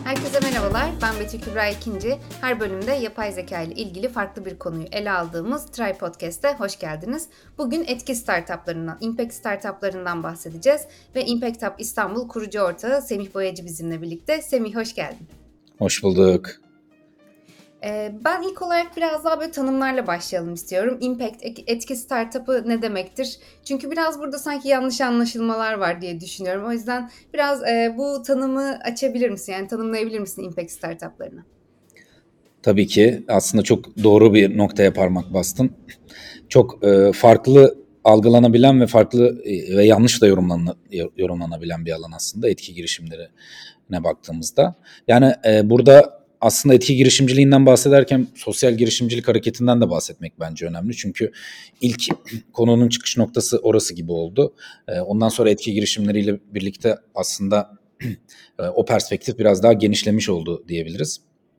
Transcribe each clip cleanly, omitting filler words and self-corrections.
Herkese merhabalar, ben Betül Kübra İkinci. Her bölümde yapay zeka ile ilgili farklı bir konuyu ele aldığımız Try Podcast'e hoş geldiniz. Bugün etki startuplarından, impact startuplarından bahsedeceğiz ve Impact Hub İstanbul kurucu ortağı Semih Boyacı bizimle birlikte. Semih hoş geldin. Hoş bulduk. Ben ilk olarak biraz daha böyle tanımlarla başlayalım istiyorum. Impact, etki startup'ı ne demektir? Çünkü biraz burada sanki yanlış anlaşılmalar var diye düşünüyorum. O yüzden biraz bu tanımı açabilir misin? Yani tanımlayabilir misin impact startup'larını? Tabii ki aslında çok doğru bir noktaya parmak bastın. Çok farklı algılanabilen ve farklı ve yanlış da yorumlanabilen bir alan aslında etki girişimlerine baktığımızda. Yani burada aslında etki girişimciliğinden bahsederken sosyal girişimcilik hareketinden de bahsetmek bence önemli. Çünkü ilk konunun çıkış noktası orası gibi oldu. Ondan sonra etki girişimleriyle birlikte aslında o perspektif biraz daha genişlemiş oldu diyebiliriz.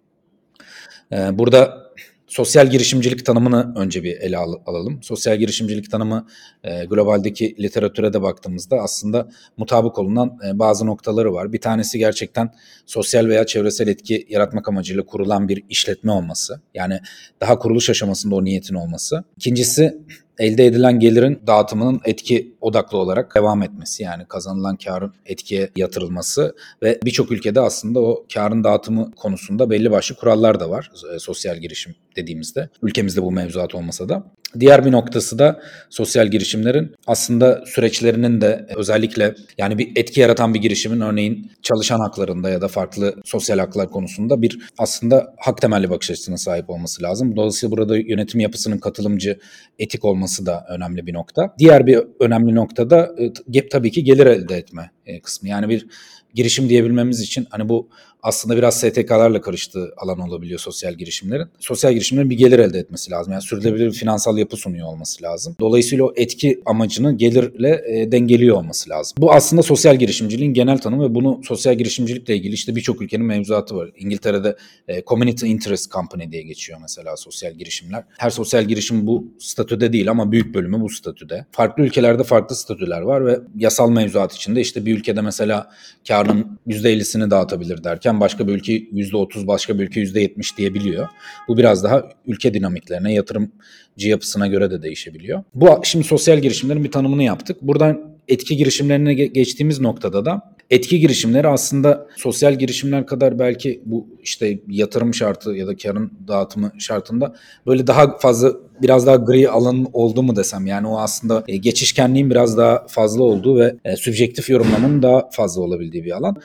Burada sosyal girişimcilik tanımını önce bir ele alalım. Sosyal girişimcilik tanımı globaldeki literatüre de baktığımızda aslında mutabık olunan bazı noktaları var. Bir tanesi gerçekten sosyal veya çevresel etki yaratmak amacıyla kurulan bir işletme olması. Yani daha kuruluş aşamasında o niyetin olması. İkincisi elde edilen gelirin dağıtımının etki odaklı olarak devam etmesi. Yani kazanılan karın etkiye yatırılması ve birçok ülkede aslında o karın dağıtımı konusunda belli başlı kurallar da var sosyal girişim dediğimizde. Ülkemizde bu mevzuat olmasa da. Diğer bir noktası da sosyal girişimlerin aslında süreçlerinin de özellikle yani bir etki yaratan bir girişimin örneğin çalışan haklarında ya da farklı sosyal haklar konusunda bir aslında hak temelli bakış açısına sahip olması lazım. Dolayısıyla burada yönetim yapısının katılımcı, etik olması da önemli bir nokta. Diğer bir önemli nokta da tabii ki gelir elde etme kısmı. Yani bir girişim diyebilmemiz için hani bu aslında biraz STK'larla karıştığı alan olabiliyor sosyal girişimlerin. Sosyal girişimlerin bir gelir elde etmesi lazım. Yani sürdürülebilir bir finansal yapı sunuyor olması lazım. Dolayısıyla o etki amacını gelirle dengeliyor olması lazım. Bu aslında sosyal girişimciliğin genel tanımı ve bunu sosyal girişimcilikle ilgili işte birçok ülkenin mevzuatı var. İngiltere'de Community Interest Company diye geçiyor mesela sosyal girişimler. Her sosyal girişim bu statüde değil ama büyük bölümü bu statüde. Farklı ülkelerde farklı statüler var ve yasal mevzuat içinde işte bir ülkede mesela karın %50'sini dağıtabilir derken başka bir ülke %30, başka bir ülke %70 diyebiliyor. Bu biraz daha ülke dinamiklerine, yatırımcı yapısına göre de değişebiliyor. Bu şimdi sosyal girişimlerin bir tanımını yaptık. Buradan etki girişimlerine geçtiğimiz noktada da etki girişimleri aslında sosyal girişimler kadar belki bu işte yatırım şartı ya da karın dağıtımı şartında böyle daha fazla biraz daha gri alan oldu mu desem. Yani o aslında geçişkenliğin biraz daha fazla olduğu ve sübjektif yorumlamanın daha fazla olabildiği bir alan.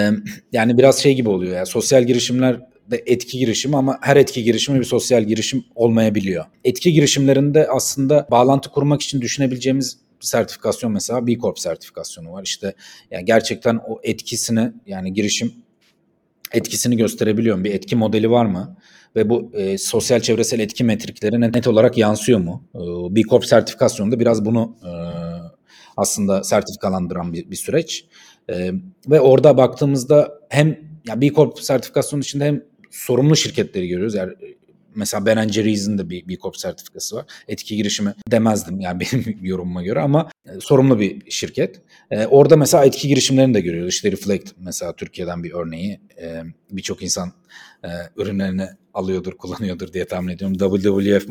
Yani biraz şey gibi oluyor. Yani sosyal girişimler de etki girişimi ama her etki girişimi bir sosyal girişim olmayabiliyor. Etki girişimlerinde aslında bağlantı kurmak için düşünebileceğimiz sertifikasyon mesela B Corp sertifikasyonu var. İşte yani gerçekten o etkisini yani girişim etkisini gösterebiliyor mu? Bir etki modeli var mı? Ve bu sosyal çevresel etki metrikleri net olarak yansıyor mu? B Corp sertifikasyonu da biraz bunu aslında sertifikalandıran bir süreç. Ve orada baktığımızda hem ya B Corp sertifikasyonu içinde hem sorumlu şirketleri görüyoruz. Yani mesela Ben & Jerry's'in de bir B Corp sertifikası var. Etki girişimi demezdim yani benim yorumuma göre ama sorumlu bir şirket. Orada mesela etki girişimlerini de görüyoruz. İşte Reflect mesela Türkiye'den bir örneği. Birçok insan ürünlerini alıyordur, kullanıyordur diye tahmin ediyorum. WWF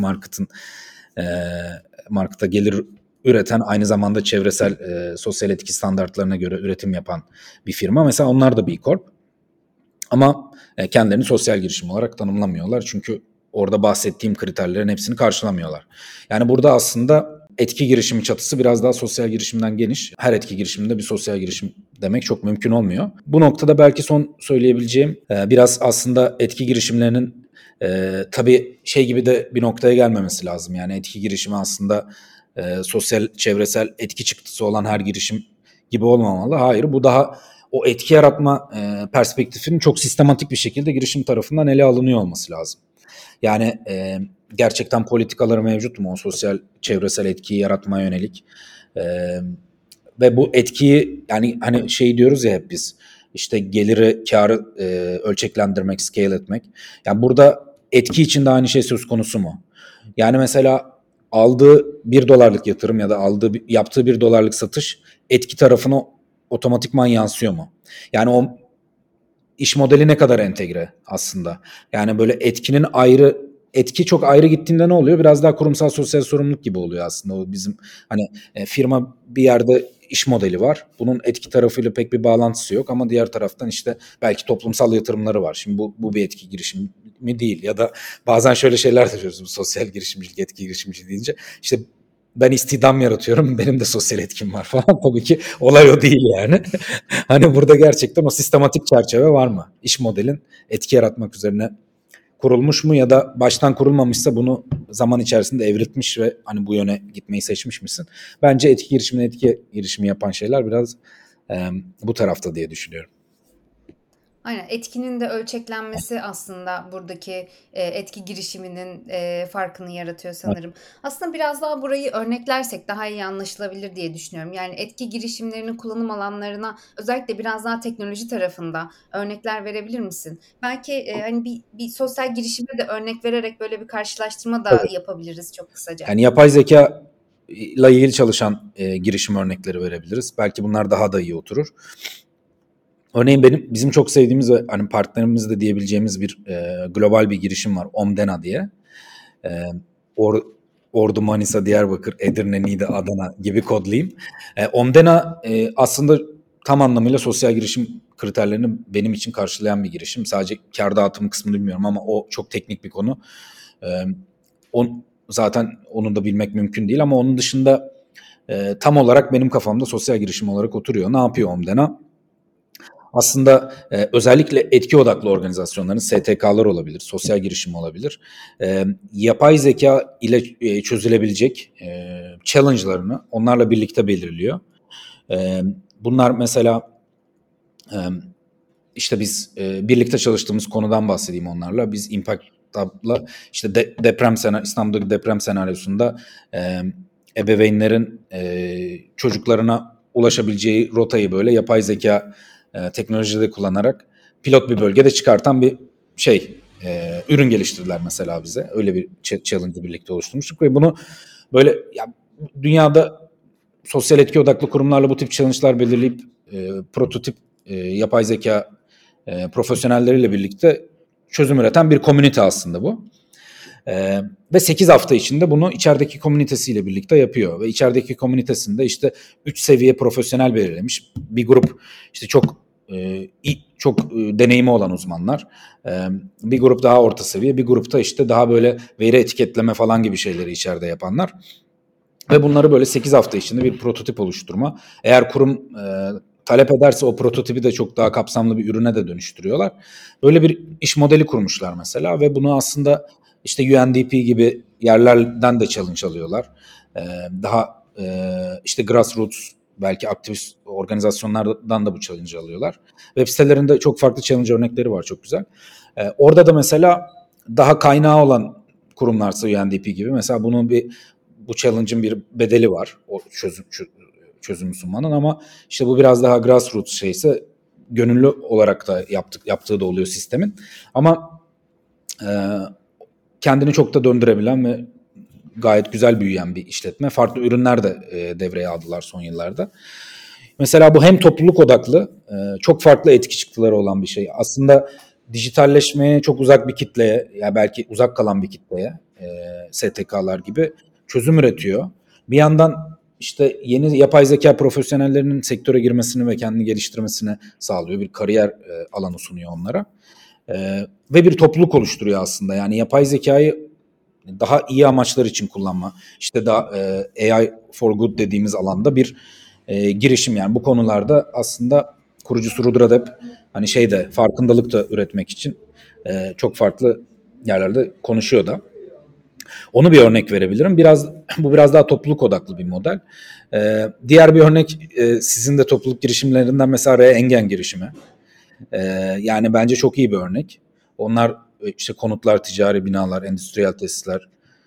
Market'a gelir üreten, aynı zamanda çevresel sosyal etki standartlarına göre üretim yapan bir firma. Mesela onlar da B Corp. Ama kendilerini sosyal girişim olarak tanımlamıyorlar. Çünkü orada bahsettiğim kriterlerin hepsini karşılamıyorlar. Yani burada aslında etki girişimi çatısı biraz daha sosyal girişimden geniş. Her etki girişiminde bir sosyal girişim demek çok mümkün olmuyor. Bu noktada belki son söyleyebileceğim biraz aslında etki girişimlerinin tabii şey gibi de bir noktaya gelmemesi lazım. Yani etki girişimi aslında sosyal çevresel etki çıktısı olan her girişim gibi olmamalı. Hayır, bu daha o etki yaratma perspektifinin çok sistematik bir şekilde girişim tarafından ele alınıyor olması lazım. Yani gerçekten politikaları mevcut mu o sosyal çevresel etkiyi yaratmaya yönelik? Ve bu etkiyi yani hani şey diyoruz ya hep biz işte geliri, karı ölçeklendirmek, scale etmek. Yani burada etki için de aynı şey söz konusu mu? Yani mesela aldığı $1 yatırım ya da yaptığı $1 satış etki tarafına otomatikman yansıyor mu? Yani o iş modeli ne kadar entegre aslında. Yani böyle etki çok ayrı gittiğinde ne oluyor? Biraz daha kurumsal sosyal sorumluluk gibi oluyor aslında. O bizim hani firma bir yerde iş modeli var. Bunun etki tarafıyla pek bir bağlantısı yok ama diğer taraftan işte belki toplumsal yatırımları var. Şimdi bu bir etki girişimi değil ya da bazen şöyle şeyler de diyoruz bu sosyal girişimcilik, etki girişimciliği deyince. İşte ben istihdam yaratıyorum, benim de sosyal etkim var falan. Tabii ki olay o değil yani. Hani burada gerçekten o sistematik çerçeve var mı? İş modelin etki yaratmak üzerine kurulmuş mu ya da baştan kurulmamışsa bunu zaman içerisinde evriltmiş ve hani bu yöne gitmeyi seçmiş misin? Bence etki girişimi yapan şeyler biraz bu tarafta diye düşünüyorum. Aynen, etkinin de ölçeklenmesi aslında buradaki etki girişiminin farkını yaratıyor sanırım. Aslında biraz daha burayı örneklersek daha iyi anlaşılabilir diye düşünüyorum. Yani etki girişimlerinin kullanım alanlarına özellikle biraz daha teknoloji tarafında örnekler verebilir misin? Belki hani bir sosyal girişime de örnek vererek böyle bir karşılaştırma da Tabii. yapabiliriz çok kısaca. Yani yapay zeka ile ilgili çalışan girişim örnekleri verebiliriz. Belki bunlar daha da iyi oturur. Örneğin bizim çok sevdiğimiz ve hani partnerimiz de diyebileceğimiz bir global bir girişim var. Omdena diye. E, Or, Ordu, Manisa, Diyarbakır, Edirne, Niğde, Adana gibi kodlayayım. Omdena aslında tam anlamıyla sosyal girişim kriterlerini benim için karşılayan bir girişim. Sadece kar dağıtımı kısmını bilmiyorum ama o çok teknik bir konu. E, Zaten onu da bilmek mümkün değil ama onun dışında tam olarak benim kafamda sosyal girişim olarak oturuyor. Ne yapıyor Omdena? Aslında özellikle etki odaklı organizasyonların STK'lar olabilir, sosyal girişim olabilir. Yapay zeka ile çözülebilecek challenge'larını onlarla birlikte belirliyor. Bunlar mesela işte biz birlikte çalıştığımız konudan bahsedeyim onlarla. Biz Impact Hub'la işte İstanbul'daki deprem senaryosunda ebeveynlerin çocuklarına ulaşabileceği rotayı böyle yapay zeka teknolojide kullanarak pilot bir bölgede çıkartan bir ürün geliştirdiler mesela bize. Öyle bir challenge'ı birlikte oluşturmuştuk ve bunu böyle ya, dünyada sosyal etki odaklı kurumlarla bu tip challenge'lar belirleyip prototip yapay zeka profesyonelleriyle birlikte çözüm üreten bir komünite aslında bu. Ve 8 hafta içinde bunu içerideki komünitesiyle birlikte yapıyor. Ve içerideki komünitesinde işte 3 seviye profesyonel belirlemiş. Bir grup işte çok deneyimi olan uzmanlar. Bir grup daha orta seviye, bir grupta işte daha böyle veri etiketleme falan gibi şeyleri içeride yapanlar. Ve bunları böyle 8 hafta içinde bir prototip oluşturma. Eğer kurum talep ederse o prototipi de çok daha kapsamlı bir ürüne de dönüştürüyorlar. Böyle bir iş modeli kurmuşlar mesela ve bunu aslında işte UNDP gibi yerlerden de challenge alıyorlar. Daha işte grassroots belki aktivist organizasyonlardan da bu challenge alıyorlar. Web sitelerinde çok farklı challenge örnekleri var, çok güzel. Orada da mesela daha kaynağı olan kurumlarsa UNDP gibi mesela bu challenge'ın bir bedeli var. O çözümü sunmanın ama işte bu biraz daha grassroots şeyse gönüllü olarak da yaptığı da oluyor sistemin. Ama kendini çok da döndürebilen ve gayet güzel büyüyen bir işletme. Farklı ürünler de devreye aldılar son yıllarda. Mesela bu hem topluluk odaklı, çok farklı etki çıktıları olan bir şey. Aslında dijitalleşmeye çok uzak bir kitleye, ya belki uzak kalan bir kitleye, STK'lar gibi çözüm üretiyor. Bir yandan işte yeni yapay zeka profesyonellerinin sektöre girmesini ve kendini geliştirmesini sağlıyor. Bir kariyer alanı sunuyor onlara. Ve bir topluluk oluşturuyor aslında. Yani yapay zekayı daha iyi amaçlar için kullanma. İşte AI for good dediğimiz alanda bir girişim. Yani bu konularda aslında kurucusu Rudra Deb hani farkındalık da üretmek için çok farklı yerlerde konuşuyor da. Onu bir örnek verebilirim. Bu biraz daha topluluk odaklı bir model. Diğer bir örnek sizin de topluluk girişimlerinden mesela Engen girişimi. Yani bence çok iyi bir örnek. Onlar işte konutlar, ticari binalar, endüstriyel tesisler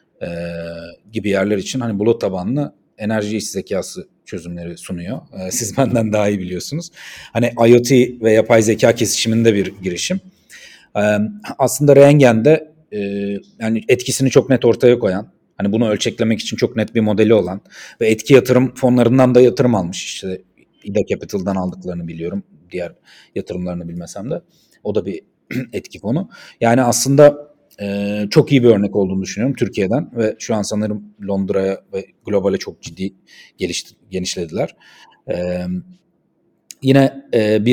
gibi yerler için hani bulut tabanlı enerji iş zekası çözümleri sunuyor. Siz benden daha iyi biliyorsunuz. Hani IoT ve yapay zeka kesişiminde bir girişim. Aslında Rengen'de yani etkisini çok net ortaya koyan, hani bunu ölçeklemek için çok net bir modeli olan ve etki yatırım fonlarından da yatırım almış. İşte İDA Capital'dan aldıklarını biliyorum. diğer yatırımlarını bilmesem de. O da bir etki konu. Yani aslında çok iyi bir örnek olduğunu düşünüyorum Türkiye'den ve şu an sanırım Londra'ya ve globale çok ciddi genişlediler. Yine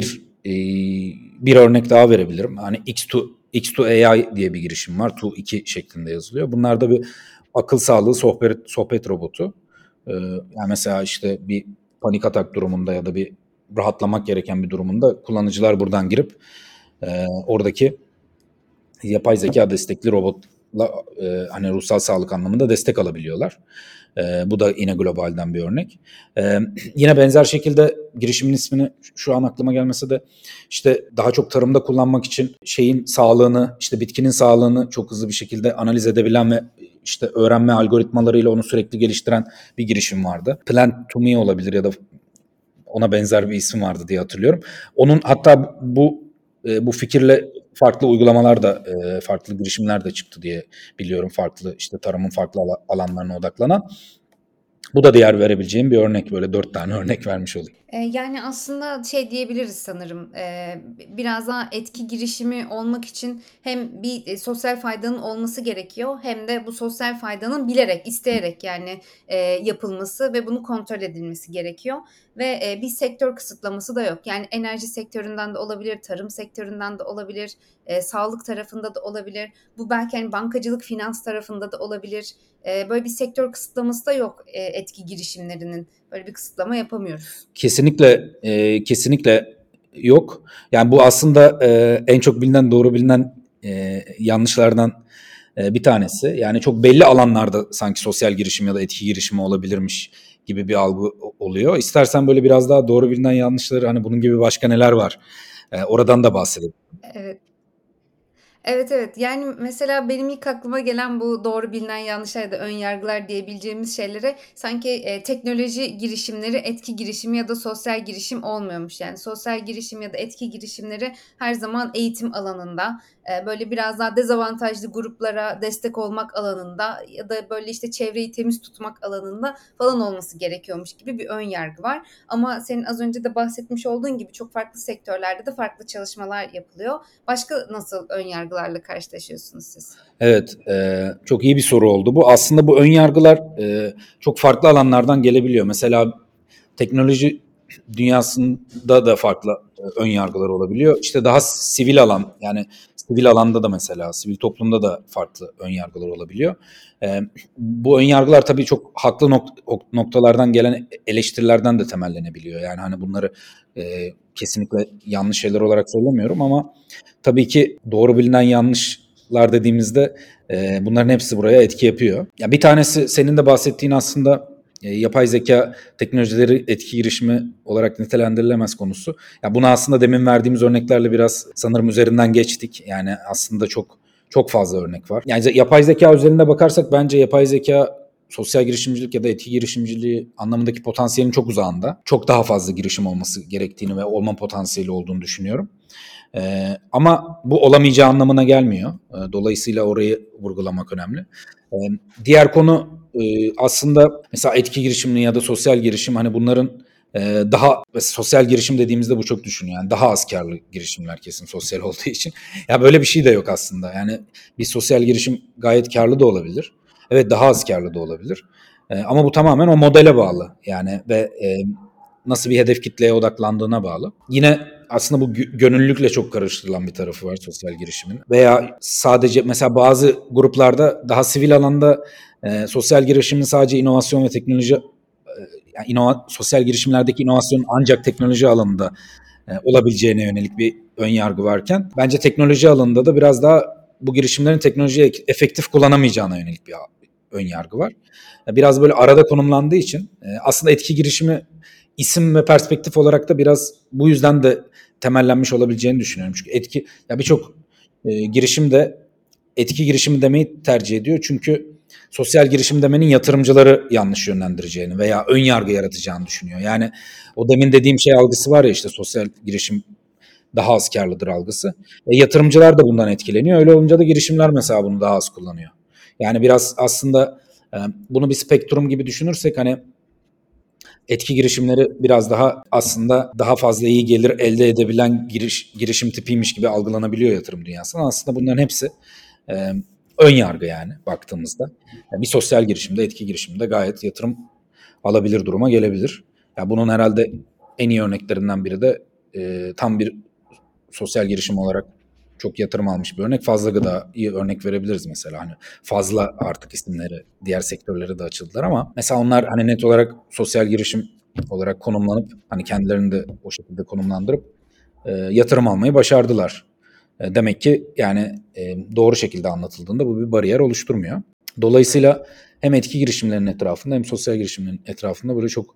bir örnek daha verebilirim. Hani X2AI diye bir girişim var. Tu2 şeklinde yazılıyor. Bunlar da bir akıl sağlığı sohbet robotu. Yani mesela işte bir panik atak durumunda ya da bir rahatlamak gereken bir durumunda kullanıcılar buradan girip oradaki yapay zeka destekli robotla hani ruhsal sağlık anlamında destek alabiliyorlar. Bu da yine globalden bir örnek. Yine benzer şekilde girişimin ismini şu an aklıma gelmese de işte daha çok tarımda kullanmak için şeyin sağlığını, işte bitkinin sağlığını çok hızlı bir şekilde analiz edebilen ve işte öğrenme algoritmalarıyla onu sürekli geliştiren bir girişim vardı. Plant to Me olabilir ya da ona benzer bir isim vardı diye hatırlıyorum. Onun hatta bu fikirle farklı uygulamalar da farklı girişimler de çıktı diye biliyorum. Farklı işte tarımın farklı alanlarına odaklanan. Bu da diğer verebileceğim bir örnek. Böyle 4 tane örnek vermiş olayım. Yani aslında şey diyebiliriz sanırım, biraz daha etki girişimi olmak için hem bir sosyal faydanın olması gerekiyor hem de bu sosyal faydanın bilerek, isteyerek yani yapılması ve bunu kontrol edilmesi gerekiyor. Ve bir sektör kısıtlaması da yok. Yani enerji sektöründen de olabilir, tarım sektöründen de olabilir, sağlık tarafında da olabilir. Bu belki hani bankacılık, finans tarafında da olabilir. Böyle bir sektör kısıtlaması da yok etki girişimlerinin. Böyle bir kısıtlama yapamıyoruz. Kesinlikle yok. Yani bu aslında en çok doğru bilinen yanlışlardan bir tanesi. Yani çok belli alanlarda sanki sosyal girişim ya da etki girişimi olabilirmiş gibi bir algı oluyor. İstersen böyle biraz daha doğru bilinen yanlışları, hani bunun gibi başka neler var? Oradan da bahsedelim. Evet. Evet, evet. Yani, mesela benim ilk aklıma gelen bu doğru bilinen yanlışlar ya da ön yargılar diyebileceğimiz şeylere sanki, teknoloji girişimleri etki girişimi ya da sosyal girişim olmuyormuş. Yani, sosyal girişim ya da etki girişimleri her zaman eğitim alanında, böyle biraz daha dezavantajlı gruplara destek olmak alanında ya da böyle, işte, çevreyi temiz tutmak alanında falan olması gerekiyormuş gibi bir ön yargı var. Ama senin az önce de bahsetmiş olduğun gibi çok farklı sektörlerde de farklı çalışmalar yapılıyor. Başka nasıl ön yargılarla karşılaşıyorsunuz siz? Evet, çok iyi bir soru oldu bu. Aslında bu ön yargılar çok farklı alanlardan gelebiliyor. Mesela teknoloji dünyasında da farklı ön yargılar olabiliyor. İşte daha sivil alan, yani sivil alanda da mesela sivil toplumda da farklı ön yargılar olabiliyor. Bu ön yargılar tabii çok haklı noktalardan gelen eleştirilerden de temellenebiliyor. Yani hani bunları kesinlikle yanlış şeyler olarak söylemiyorum ama tabii ki doğru bilinen yanlışlar dediğimizde bunların hepsi buraya etki yapıyor. Ya bir tanesi senin de bahsettiğin aslında yapay zeka teknolojileri etki girişimi olarak nitelendirilemez konusu. Ya bunu aslında demin verdiğimiz örneklerle biraz sanırım üzerinden geçtik. Yani aslında çok fazla örnek var. Yani yapay zeka üzerinde bakarsak bence yapay zeka sosyal girişimcilik ya da etki girişimciliği anlamındaki potansiyelin çok uzağında. Çok daha fazla girişim olması gerektiğini ve olma potansiyeli olduğunu düşünüyorum. Ama bu olamayacağı anlamına gelmiyor. Dolayısıyla orayı vurgulamak önemli. Diğer konu aslında mesela etki girişimliği ya da sosyal girişim, hani bunların daha sosyal girişim dediğimizde bu çok düşünüyor. Yani daha az karlı girişimler kesin sosyal olduğu için. Ya böyle bir şey de yok aslında. Yani bir sosyal girişim gayet karlı da olabilir. Evet, daha az karlı da olabilir. Ama bu tamamen o modele bağlı. Yani ve nasıl bir hedef kitleye odaklandığına bağlı. Yine aslında bu gönüllülükle çok karıştırılan bir tarafı var sosyal girişimin. Veya sadece mesela bazı gruplarda daha sivil alanda sosyal girişimin sadece inovasyon ve teknoloji yani sosyal girişimlerdeki inovasyon ancak teknoloji alanında olabileceğine yönelik bir ön yargı varken bence teknoloji alanında da biraz daha bu girişimlerin teknolojiyi efektif kullanamayacağına yönelik bir ön yargı var. Biraz böyle arada konumlandığı için aslında etki girişimi isim ve perspektif olarak da biraz bu yüzden de temellenmiş olabileceğini düşünüyorum. Çünkü birçok girişim de etki girişimi demeyi tercih ediyor. Çünkü sosyal girişim demenin yatırımcıları yanlış yönlendireceğini veya ön yargı yaratacağını düşünüyor. Yani o demin dediğim şey algısı var ya, işte sosyal girişim daha az karlıdır algısı. Yatırımcılar da bundan etkileniyor. Öyle olunca da girişimler mesela bunu daha az kullanıyor. Yani biraz aslında bunu bir spektrum gibi düşünürsek hani etki girişimleri biraz daha aslında daha fazla iyi gelir elde edebilen girişim tipiymiş gibi algılanabiliyor yatırım dünyasında. Aslında bunların hepsi e, ön yargı yani baktığımızda. Yani bir sosyal girişimde, etki girişiminde gayet yatırım alabilir duruma gelebilir. Yani bunun herhalde en iyi örneklerinden biri de tam bir sosyal girişim olarak çok yatırım almış bir örnek. Fazla Gıda iyi örnek verebiliriz mesela. Hani fazla artık isimleri diğer sektörlere de açıldılar ama mesela onlar hani net olarak sosyal girişim olarak konumlanıp hani kendilerini de o şekilde konumlandırıp yatırım almayı başardılar. Demek ki yani doğru şekilde anlatıldığında bu bir bariyer oluşturmuyor. Dolayısıyla hem etki girişimlerinin etrafında hem sosyal girişimlerin etrafında böyle çok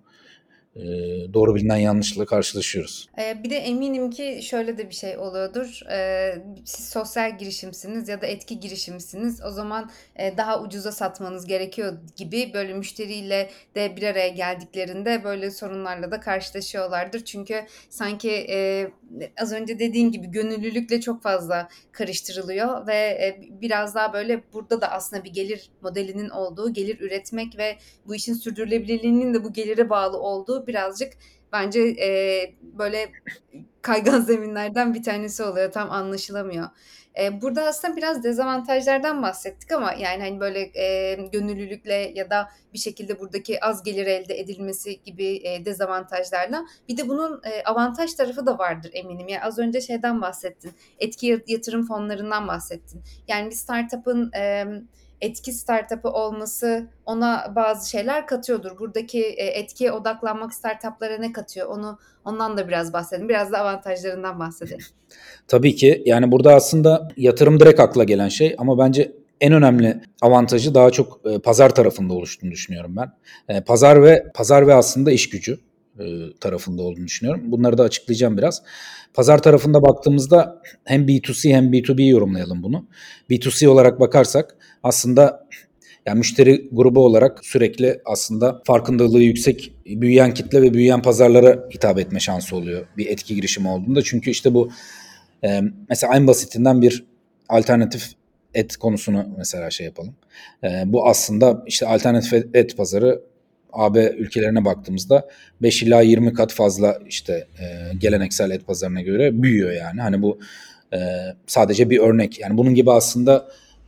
doğru bilinen yanlışla karşılaşıyoruz. Bir de eminim ki şöyle de bir şey oluyordur. Siz sosyal girişimsiniz ya da etki girişimsiniz. O zaman daha ucuza satmanız gerekiyor gibi böyle müşteriyle de bir araya geldiklerinde böyle sorunlarla da karşılaşıyorlardır. Çünkü sanki az önce dediğim gibi gönüllülükle çok fazla karıştırılıyor ve biraz daha böyle burada da aslında bir gelir modelinin olduğu, gelir üretmek ve bu işin sürdürülebilirliğinin de bu gelire bağlı olduğu birazcık bence böyle kaygan zeminlerden bir tanesi oluyor. Tam anlaşılamıyor. Burada aslında biraz dezavantajlardan bahsettik ama yani hani böyle gönüllülükle ya da bir şekilde buradaki az gelir elde edilmesi gibi dezavantajlarla. Bir de bunun avantaj tarafı da vardır eminim. Yani az önce şeyden bahsettin. Etki yatırım fonlarından bahsettin. Yani bir startup'ın etki startup'ı olması ona bazı şeyler katıyordur. Buradaki etkiye odaklanmak startup'lara ne katıyor? Ondan da biraz bahsedelim. Biraz da avantajlarından bahsedelim. Tabii ki yani burada aslında yatırım direkt akla gelen şey ama bence en önemli avantajı daha çok pazar tarafında oluştuğunu düşünüyorum ben. Pazar ve aslında iş gücü tarafında olduğunu düşünüyorum. Bunları da açıklayacağım biraz. Pazar tarafında baktığımızda hem B2C hem B2B yorumlayalım bunu. B2C olarak bakarsak aslında yani müşteri grubu olarak sürekli aslında farkındalığı yüksek büyüyen kitle ve büyüyen pazarlara hitap etme şansı oluyor bir etki girişimi olduğunda. Çünkü işte bu mesela en basitinden bir alternatif et konusunu mesela şey yapalım. Bu aslında işte alternatif et pazarı AB ülkelerine baktığımızda 5 ila 20 kat fazla işte geleneksel et pazarına göre büyüyor yani. Hani bu sadece bir örnek. Yani bunun gibi aslında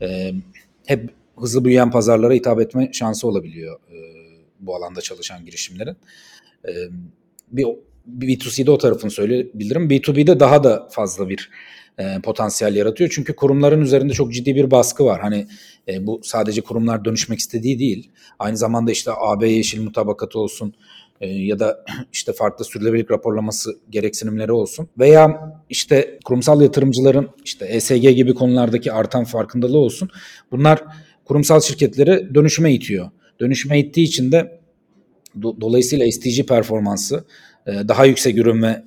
hep hızlı büyüyen pazarlara hitap etme şansı olabiliyor bu alanda çalışan girişimlerin. E, bir B2C'de o tarafını söyleyebilirim. B2B'de daha da fazla bir potansiyel yaratıyor. Çünkü kurumların üzerinde çok ciddi bir baskı var. Hani bu sadece kurumlar dönüşmek istediği değil. Aynı zamanda işte AB yeşil mutabakatı olsun ya da işte farklı sürdürülebilirlik raporlaması gereksinimleri olsun veya işte kurumsal yatırımcıların işte ESG gibi konulardaki artan farkındalığı olsun. Bunlar kurumsal şirketleri dönüşüme itiyor. Dönüşüme ittiği için de dolayısıyla SDG performansı daha yüksek ürün ve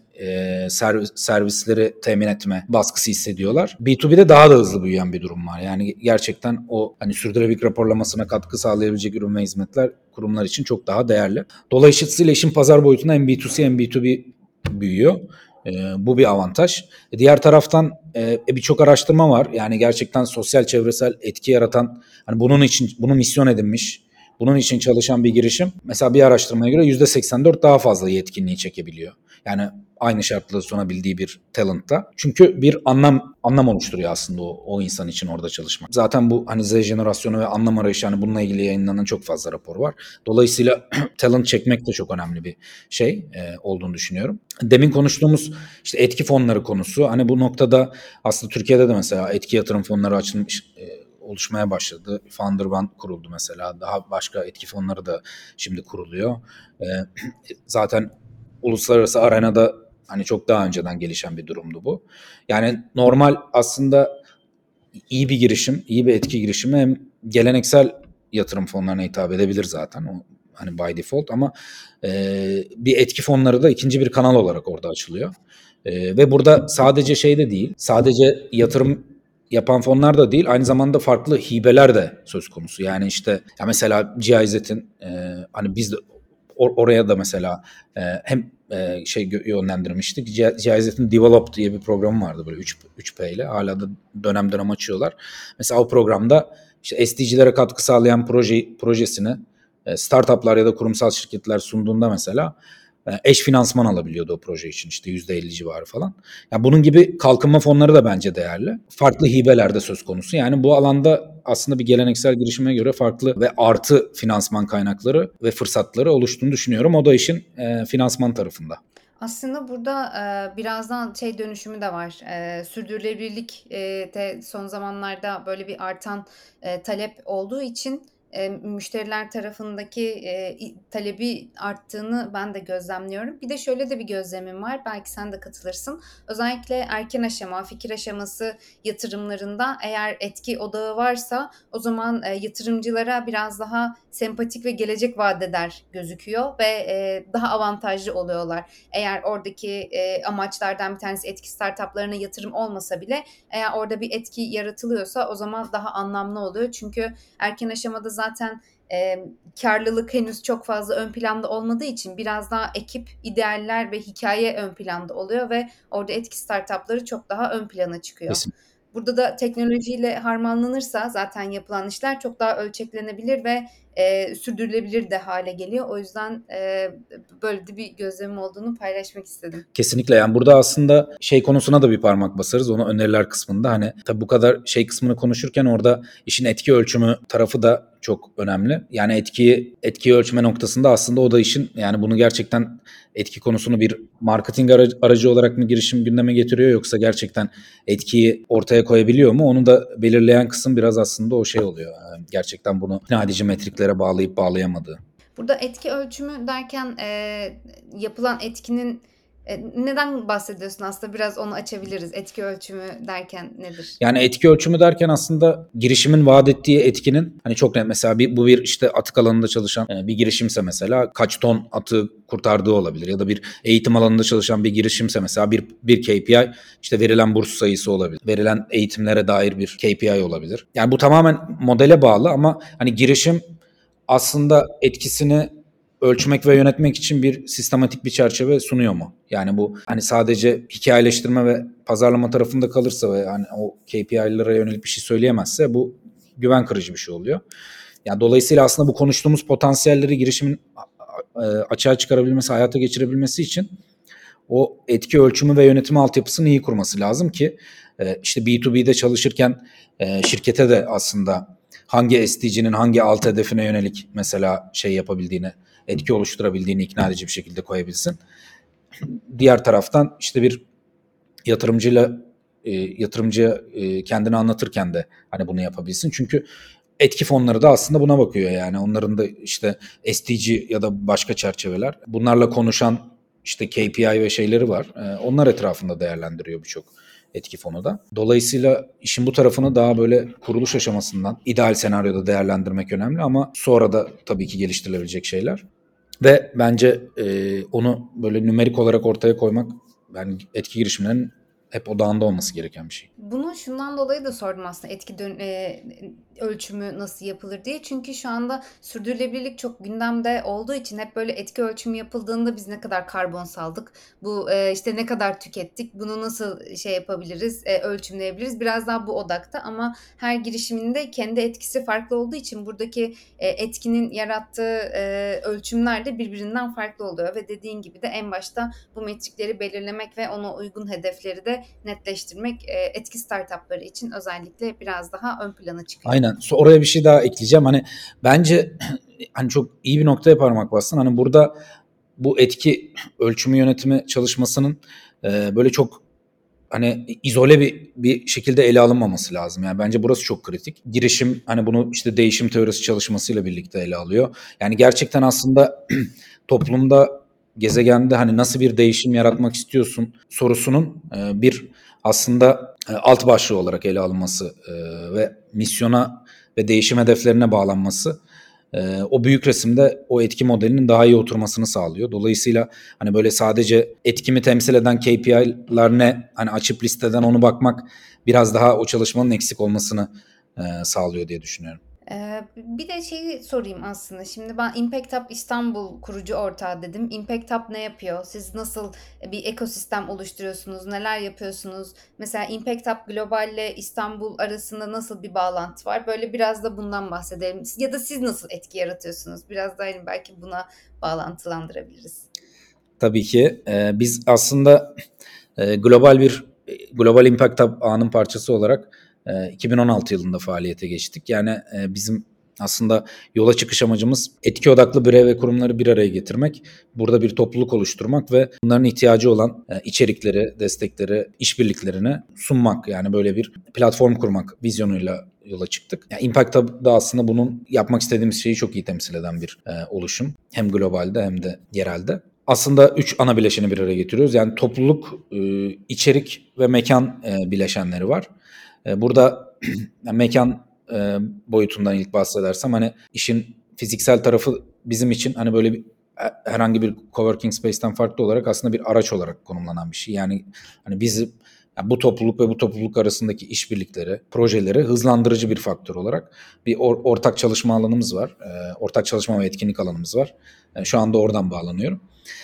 servisleri temin etme baskısı hissediyorlar. B2B'de daha da hızlı büyüyen bir durum var. Yani gerçekten o hani sürdürülebilirlik raporlamasına katkı sağlayabilecek ürün ve hizmetler kurumlar için çok daha değerli. Dolayısıyla işin pazar boyutunda hem B2C hem B2B büyüyor. Bu bir avantaj. Diğer taraftan birçok araştırma var. Yani gerçekten sosyal çevresel etki yaratan, hani bunun için bunu misyon edinmiş, bunun için çalışan bir girişim mesela bir araştırmaya göre %84 daha fazla yetkinliği çekebiliyor. Yani aynı şartları sunabildiği bir talentta. Çünkü bir anlam oluşturuyor aslında o insan için orada çalışmak. Zaten bu hani Z jenerasyonu ve anlam arayışı hani bununla ilgili yayınlanan çok fazla rapor var. Dolayısıyla talent çekmek de çok önemli bir şey olduğunu düşünüyorum. Demin konuştuğumuz işte etki fonları konusu hani bu noktada aslında Türkiye'de de mesela etki yatırım fonları açılmış oluşmaya başladı. Founder One kuruldu mesela. Daha başka etki fonları da şimdi kuruluyor. Zaten uluslararası arenada hani çok daha önceden gelişen bir durumdu bu. Yani normal aslında iyi bir girişim, iyi bir etki girişimi hem geleneksel yatırım fonlarına hitap edebilir zaten. O hani by default ama bir etki fonları da ikinci bir kanal olarak orada açılıyor. Ve burada sadece şey de değil, sadece yatırım yapan fonlar da değil, aynı zamanda farklı hibeler de söz konusu. Yani işte ya mesela GIZ'in hani biz de oraya da mesela hem yönlendirmiştik. GIZ'in Develop diye bir programı vardı böyle 3P ile. Hala da dönem dönem açıyorlar. Mesela o programda işte SDG'lere katkı sağlayan projesini startuplar ya da kurumsal şirketler sunduğunda mesela eş finansman alabiliyordu o proje için, işte %50 civarı falan. Yani bunun gibi kalkınma fonları da bence değerli. Farklı hibeler de söz konusu. Yani bu alanda aslında bir geleneksel girişime göre farklı ve artı finansman kaynakları ve fırsatları oluştuğunu düşünüyorum. O da işin finansman tarafında. Aslında burada birazdan dönüşümü de var. Sürdürülebilirlik de son zamanlarda böyle bir artan talep olduğu için müşteriler tarafındaki talebi arttığını ben de gözlemliyorum. Bir de şöyle de bir gözlemim var. Belki sen de katılırsın. Özellikle erken aşama, fikir aşaması yatırımlarında eğer etki odağı varsa o zaman yatırımcılara biraz daha sempatik ve gelecek vaat eder gözüküyor ve daha avantajlı oluyorlar. Eğer oradaki amaçlardan bir tanesi etki startuplarına yatırım olmasa bile eğer orada bir etki yaratılıyorsa o zaman daha anlamlı oluyor. Çünkü erken aşamada zaten karlılık henüz çok fazla ön planda olmadığı için biraz daha ekip, idealler ve hikaye ön planda oluyor ve orada etki startupları çok daha ön plana çıkıyor. Kesin. Burada da teknolojiyle harmanlanırsa zaten yapılan işler çok daha ölçeklenebilir ve sürdürülebilir de hale geliyor. O yüzden böyle de bir gözlemim olduğunu paylaşmak istedim. Kesinlikle, yani burada aslında konusuna da bir parmak basarız, onu öneriler kısmında. Hani tabii bu kadar kısmını konuşurken orada işin etki ölçümü tarafı da çok önemli. Yani etkiyi ölçme noktasında aslında o da işin, yani bunu gerçekten etki konusunu bir marketing aracı olarak mı girişim gündeme getiriyor, yoksa gerçekten etkiyi ortaya koyabiliyor mu? Onu da belirleyen kısım biraz aslında o oluyor. Yani gerçekten bunu nadici metriklere bağlayıp bağlayamadığı. Burada etki ölçümü derken yapılan etkinin neden bahsediyorsun aslında? Biraz onu açabiliriz. Etki ölçümü derken nedir? Yani etki ölçümü derken aslında girişimin vaat ettiği etkinin hani çok net, mesela bu bir işte atık alanında çalışan bir girişimse mesela kaç ton atığı kurtardığı olabilir, ya da bir eğitim alanında çalışan bir girişimse mesela bir KPI işte verilen burs sayısı olabilir. Verilen eğitimlere dair bir KPI olabilir. Yani bu tamamen modele bağlı ama hani girişim aslında etkisini ölçmek ve yönetmek için bir sistematik bir çerçeve sunuyor mu? Yani bu hani sadece hikayeleştirme ve pazarlama tarafında kalırsa ve hani o KPI'lere yönelik bir şey söyleyemezse bu güven kırıcı bir şey oluyor. Yani dolayısıyla aslında bu konuştuğumuz potansiyelleri girişimin açığa çıkarabilmesi, hayata geçirebilmesi için o etki ölçümü ve yönetimi altyapısını iyi kurması lazım ki işte B2B'de çalışırken şirkete de aslında hangi SDG'nin hangi alt hedefine yönelik mesela yapabildiğini, etki oluşturabildiğini ikna edici bir şekilde koyabilsin. Diğer taraftan işte bir yatırımcıya kendini anlatırken de hani bunu yapabilsin. Çünkü etki fonları da aslında buna bakıyor, yani onların da işte SDG ya da başka çerçeveler, bunlarla konuşan işte KPI ve şeyleri var. Onlar etrafında değerlendiriyor birçok etki fonu da. Dolayısıyla işin bu tarafını daha böyle kuruluş aşamasından ideal senaryoda değerlendirmek önemli ama sonra da tabii ki geliştirilebilecek şeyler. Ve bence onu böyle nümerik olarak ortaya koymak, yani etki girişimlerinin hep odağında olması gereken bir şey. Bunu şundan dolayı da sordum aslında etki ölçümü nasıl yapılır diye. Çünkü şu anda sürdürülebilirlik çok gündemde olduğu için hep böyle etki ölçümü yapıldığında biz ne kadar karbon saldık, bu işte ne kadar tükettik, bunu nasıl yapabiliriz, ölçümleyebiliriz. Biraz daha bu odakta ama her girişiminde kendi etkisi farklı olduğu için buradaki etkinin yarattığı ölçümler de birbirinden farklı oluyor ve dediğin gibi de en başta bu metrikleri belirlemek ve ona uygun hedefleri de netleştirmek etki startupları için özellikle biraz daha ön plana çıkıyor. Aynen. Oraya bir şey daha ekleyeceğim. Hani bence hani çok iyi bir noktaya parmak bastın. Hani burada bu etki ölçümü yönetimi çalışmasının böyle çok hani izole bir şekilde ele alınmaması lazım. Yani bence burası çok kritik. Girişim hani bunu işte değişim teorisi çalışmasıyla birlikte ele alıyor. Yani gerçekten aslında toplumda, gezegende hani nasıl bir değişim yaratmak istiyorsun sorusunun bir aslında alt başlığı olarak ele alınması ve misyona ve değişim hedeflerine bağlanması o büyük resimde o etki modelinin daha iyi oturmasını sağlıyor. Dolayısıyla hani böyle sadece etkimi temsil eden KPI'ler ne, hani açıp listeden onu bakmak biraz daha o çalışmanın eksik olmasını sağlıyor diye düşünüyorum. Bir de şeyi sorayım aslında. Şimdi ben Impact Hub İstanbul kurucu ortağı dedim. Impact Hub ne yapıyor? Siz nasıl bir ekosistem oluşturuyorsunuz? Neler yapıyorsunuz? Mesela Impact Hub Global ile İstanbul arasında nasıl bir bağlantı var? Böyle biraz da bundan bahsedelim. Ya da siz nasıl etki yaratıyorsunuz? Biraz da hani belki buna bağlantılandırabiliriz. Tabii ki biz aslında Global Impact Hub ağının parçası olarak 2016 yılında faaliyete geçtik. Yani bizim aslında yola çıkış amacımız etki odaklı birey ve kurumları bir araya getirmek, burada bir topluluk oluşturmak ve bunların ihtiyacı olan içerikleri, destekleri, işbirliklerini sunmak. Yani böyle bir platform kurmak vizyonuyla yola çıktık. Yani Impact Hub'da aslında bunun yapmak istediğimiz şeyi çok iyi temsil eden bir oluşum. Hem globalde hem de yerelde. Aslında 3 ana bileşeni bir araya getiriyoruz. Yani topluluk, içerik ve mekan bileşenleri var. Burada yani mekan boyutundan ilk bahsedersem hani işin fiziksel tarafı bizim için hani böyle bir herhangi bir coworking space'ten farklı olarak aslında bir araç olarak konumlanan bir şey. Yani hani bizi yani bu topluluk ve bu topluluk arasındaki işbirlikleri, projeleri hızlandırıcı bir faktör olarak bir ortak çalışma alanımız var. Ortak çalışma ve etkinlik alanımız var. Şu anda oradan bağlanıyorum.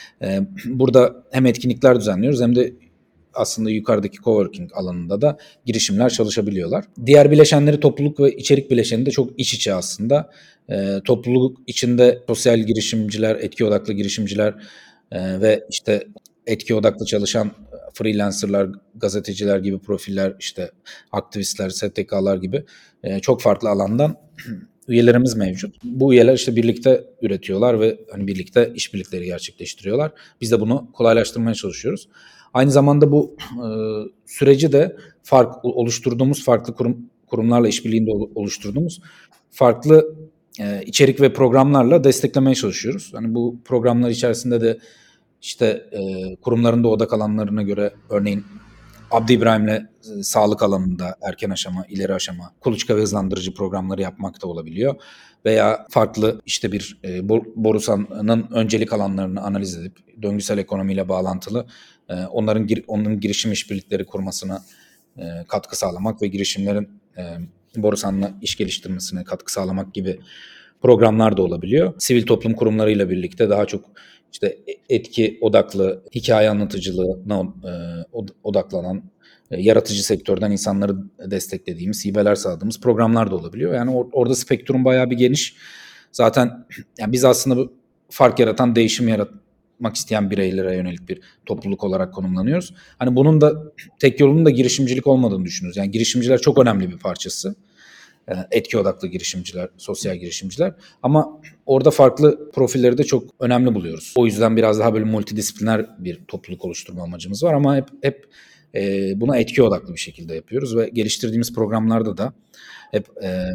Burada hem etkinlikler düzenliyoruz hem de aslında yukarıdaki coworking alanında da girişimler çalışabiliyorlar. Diğer bileşenleri topluluk ve içerik bileşeni de çok iç içe aslında. Topluluk içinde sosyal girişimciler, etki odaklı girişimciler ve işte etki odaklı çalışan freelancerlar, gazeteciler gibi profiller, işte aktivistler, STK'lar gibi çok farklı alandan üyelerimiz mevcut. Bu üyeler işte birlikte üretiyorlar ve hani birlikte işbirlikleri gerçekleştiriyorlar. Biz de bunu kolaylaştırmaya çalışıyoruz. Aynı zamanda bu süreci de oluşturduğumuz farklı kurumlarla işbirliğinde oluşturduğumuz farklı içerik ve programlarla desteklemeye çalışıyoruz. Hani bu programlar içerisinde de işte kurumların da odak alanlarına göre örneğin Abdi İbrahim'le sağlık alanında erken aşama, ileri aşama, kuluçka ve hızlandırıcı programları yapmak da olabiliyor. Veya farklı işte bir Borusan'ın öncelik alanlarını analiz edip döngüsel ekonomiyle bağlantılı onların girişim işbirlikleri kurmasına katkı sağlamak ve girişimlerin Borusan'la iş geliştirmesine katkı sağlamak gibi programlar da olabiliyor. Sivil toplum kurumlarıyla birlikte daha çok işte etki odaklı, hikaye anlatıcılığına odaklanan, yaratıcı sektörden insanları desteklediğimiz, hibeler sağladığımız programlar da olabiliyor. Yani orada spektrum bayağı bir geniş. Zaten yani biz aslında fark yaratan, değişim yaratmak isteyen bireylere yönelik bir topluluk olarak konumlanıyoruz. Hani bunun da tek yolunun da girişimcilik olmadığını düşünüyoruz. Yani girişimciler çok önemli bir parçası. Etki odaklı girişimciler, sosyal girişimciler. Ama orada farklı profilleri de çok önemli buluyoruz. O yüzden biraz daha böyle multidisipliner bir topluluk oluşturma amacımız var ama hep buna etki odaklı bir şekilde yapıyoruz ve geliştirdiğimiz programlarda da hep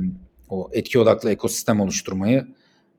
o etki odaklı ekosistem oluşturmayı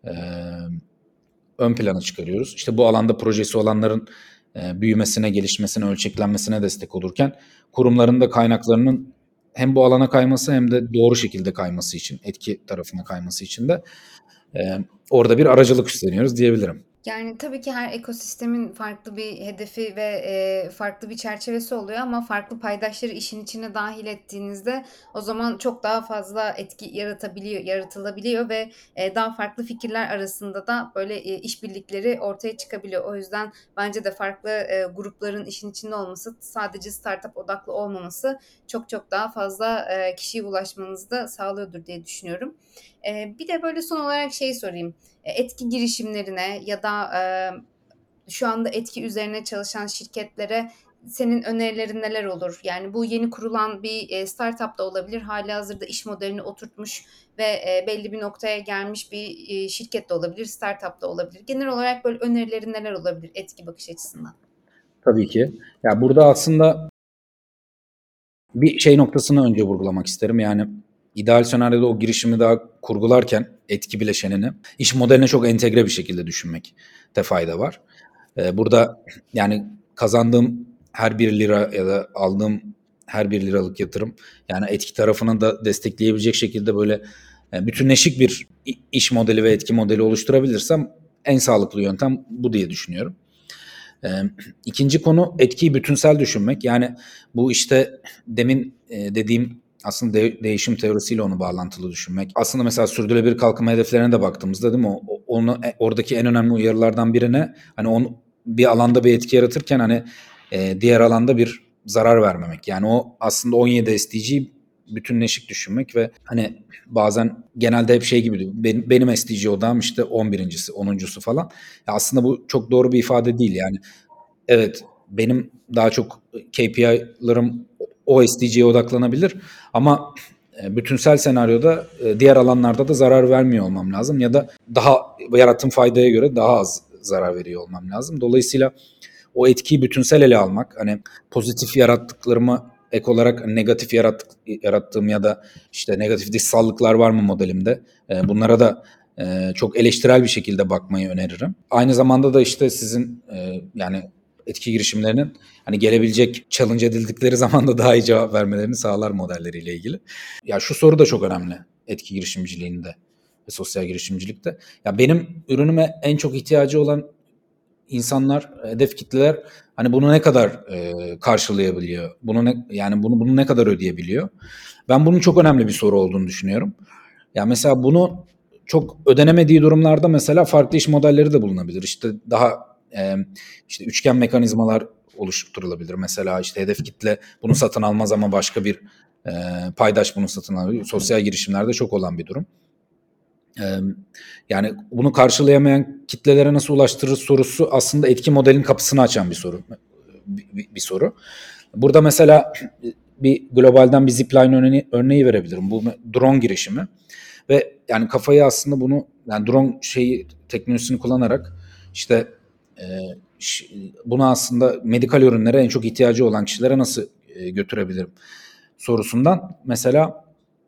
ön plana çıkarıyoruz. İşte bu alanda projesi olanların büyümesine, gelişmesine, ölçeklenmesine destek olurken kurumların da kaynaklarının hem bu alana kayması hem de doğru şekilde kayması için, etki tarafına kayması için de orada bir aracılık üstleniyoruz diyebilirim. Yani tabii ki her ekosistemin farklı bir hedefi ve farklı bir çerçevesi oluyor ama farklı paydaşları işin içine dahil ettiğinizde o zaman çok daha fazla etki yaratılabiliyor ve daha farklı fikirler arasında da böyle işbirlikleri ortaya çıkabiliyor. O yüzden bence de farklı grupların işin içinde olması, sadece startup odaklı olmaması çok çok daha fazla kişiye ulaşmanızı da sağlıyordur diye düşünüyorum. Bir de böyle son olarak şey sorayım. Etki girişimlerine ya da şu anda etki üzerine çalışan şirketlere senin önerilerin neler olur? Yani bu yeni kurulan bir startup da olabilir. Halihazırda iş modelini oturtmuş ve belli bir noktaya gelmiş bir şirket de olabilir, startup da olabilir. Genel olarak böyle önerilerin neler olabilir etki bakış açısından? Tabii ki. Ya burada aslında bir şey noktasını önce vurgulamak isterim. Yani ideal senaryoda o girişimi daha kurgularken etki bileşenini iş modeline çok entegre bir şekilde düşünmekte fayda var. Burada yani kazandığım her bir lira ya da aldığım her bir liralık yatırım yani etki tarafını da destekleyebilecek şekilde böyle bütünleşik bir iş modeli ve etki modeli oluşturabilirsem en sağlıklı yöntem bu diye düşünüyorum. İkinci konu etkiyi bütünsel düşünmek. Yani bu işte demin dediğim aslında değişim teorisiyle onu bağlantılı düşünmek. Aslında mesela sürdürülebilir kalkınma hedeflerine de baktığımızda değil mi? Oradaki en önemli uyarılardan birine hani onu bir alanda bir etki yaratırken hani diğer alanda bir zarar vermemek. Yani o aslında 17 SDG'yi bütünleşik düşünmek ve hani bazen genelde hep şey gibi benim SDG odağım işte 11.'si 10.'su falan. Ya aslında bu çok doğru bir ifade değil yani. Evet, benim daha çok KPI'larım o SDG'ye odaklanabilir ama bütünsel senaryoda diğer alanlarda da zarar vermiyor olmam lazım ya da daha yarattığım faydaya göre daha az zarar veriyor olmam lazım. Dolayısıyla o etkiyi bütünsel ele almak, hani pozitif yarattıklarıma ek olarak negatif yarattığım ya da işte negatif dışsallıklar var mı modelimde? Bunlara da çok eleştirel bir şekilde bakmayı öneririm. Aynı zamanda da işte sizin yani etki girişimlerinin hani gelebilecek challenge edildikleri zaman da daha iyi cevap vermelerini sağlar modelleriyle ilgili. Ya şu soru da çok önemli etki girişimciliğinde ve sosyal girişimcilikte. Ya benim ürünüme en çok ihtiyacı olan insanlar, hedef kitleler hani bunu ne kadar karşılayabiliyor? Bunu ne kadar ödeyebiliyor? Ben bunun çok önemli bir soru olduğunu düşünüyorum. Ya mesela bunu çok ödenemediği durumlarda mesela farklı iş modelleri de bulunabilir. İşte daha işte üçgen mekanizmalar oluşturulabilir. Mesela işte hedef kitle bunu satın almaz ama başka bir paydaş bunu satın alıyor. Sosyal girişimlerde çok olan bir durum. Yani bunu karşılayamayan kitlelere nasıl ulaştırırız sorusu aslında etki modelinin kapısını açan bir soru. Bir soru. Burada mesela bir globalden bir zipline örneği verebilirim. Bu drone girişimi ve yani kafayı aslında bunu yani drone teknolojisini kullanarak işte e, bunu aslında medikal ürünlere en çok ihtiyacı olan kişilere nasıl götürebilirim sorusundan mesela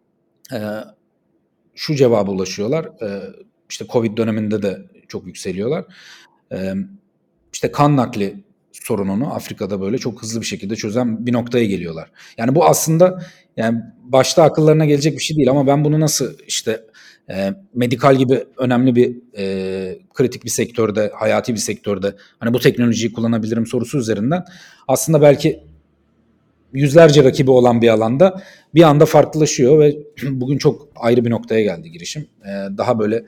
şu cevaba ulaşıyorlar. İşte Covid döneminde de çok yükseliyorlar. İşte kan nakli sorununu Afrika'da böyle çok hızlı bir şekilde çözen bir noktaya geliyorlar. Yani bu aslında yani başta akıllarına gelecek bir şey değil ama ben bunu nasıl işte medikal gibi önemli bir kritik bir sektörde, hayati bir sektörde hani bu teknolojiyi kullanabilirim sorusu üzerinden aslında belki yüzlerce rakibi olan bir alanda bir anda farklılaşıyor ve bugün çok ayrı bir noktaya geldi girişim. Daha böyle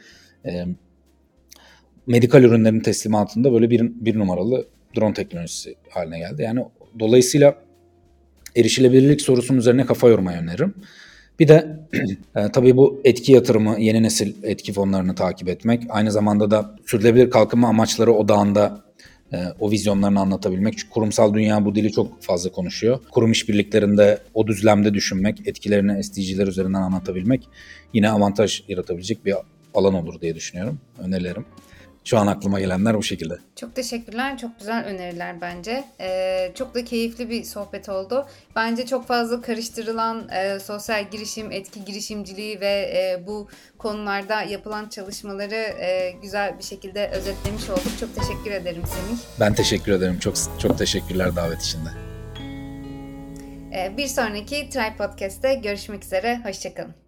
medikal ürünlerin teslimatında böyle bir numaralı drone teknolojisi haline geldi. Yani dolayısıyla erişilebilirlik sorusunun üzerine kafa yormayı öneririm. Bir de tabii bu etki yatırımı, yeni nesil etki fonlarını takip etmek, aynı zamanda da sürdürülebilir kalkınma amaçları odağında o vizyonlarını anlatabilmek. Çünkü kurumsal dünya bu dili çok fazla konuşuyor. Kurum işbirliklerinde o düzlemde düşünmek, etkilerini SDG'ler üzerinden anlatabilmek yine avantaj yaratabilecek bir alan olur diye düşünüyorum. Önerilerim. Şu an aklıma gelenler bu şekilde. Çok teşekkürler. Çok güzel öneriler bence. Çok da keyifli bir sohbet oldu. Bence çok fazla karıştırılan sosyal girişim, etki girişimciliği ve bu konularda yapılan çalışmaları güzel bir şekilde özetlemiş olduk. Çok teşekkür ederim Semih. Ben teşekkür ederim. Çok çok teşekkürler davet için de. Bir sonraki Try Podcast'te görüşmek üzere. Hoşçakalın.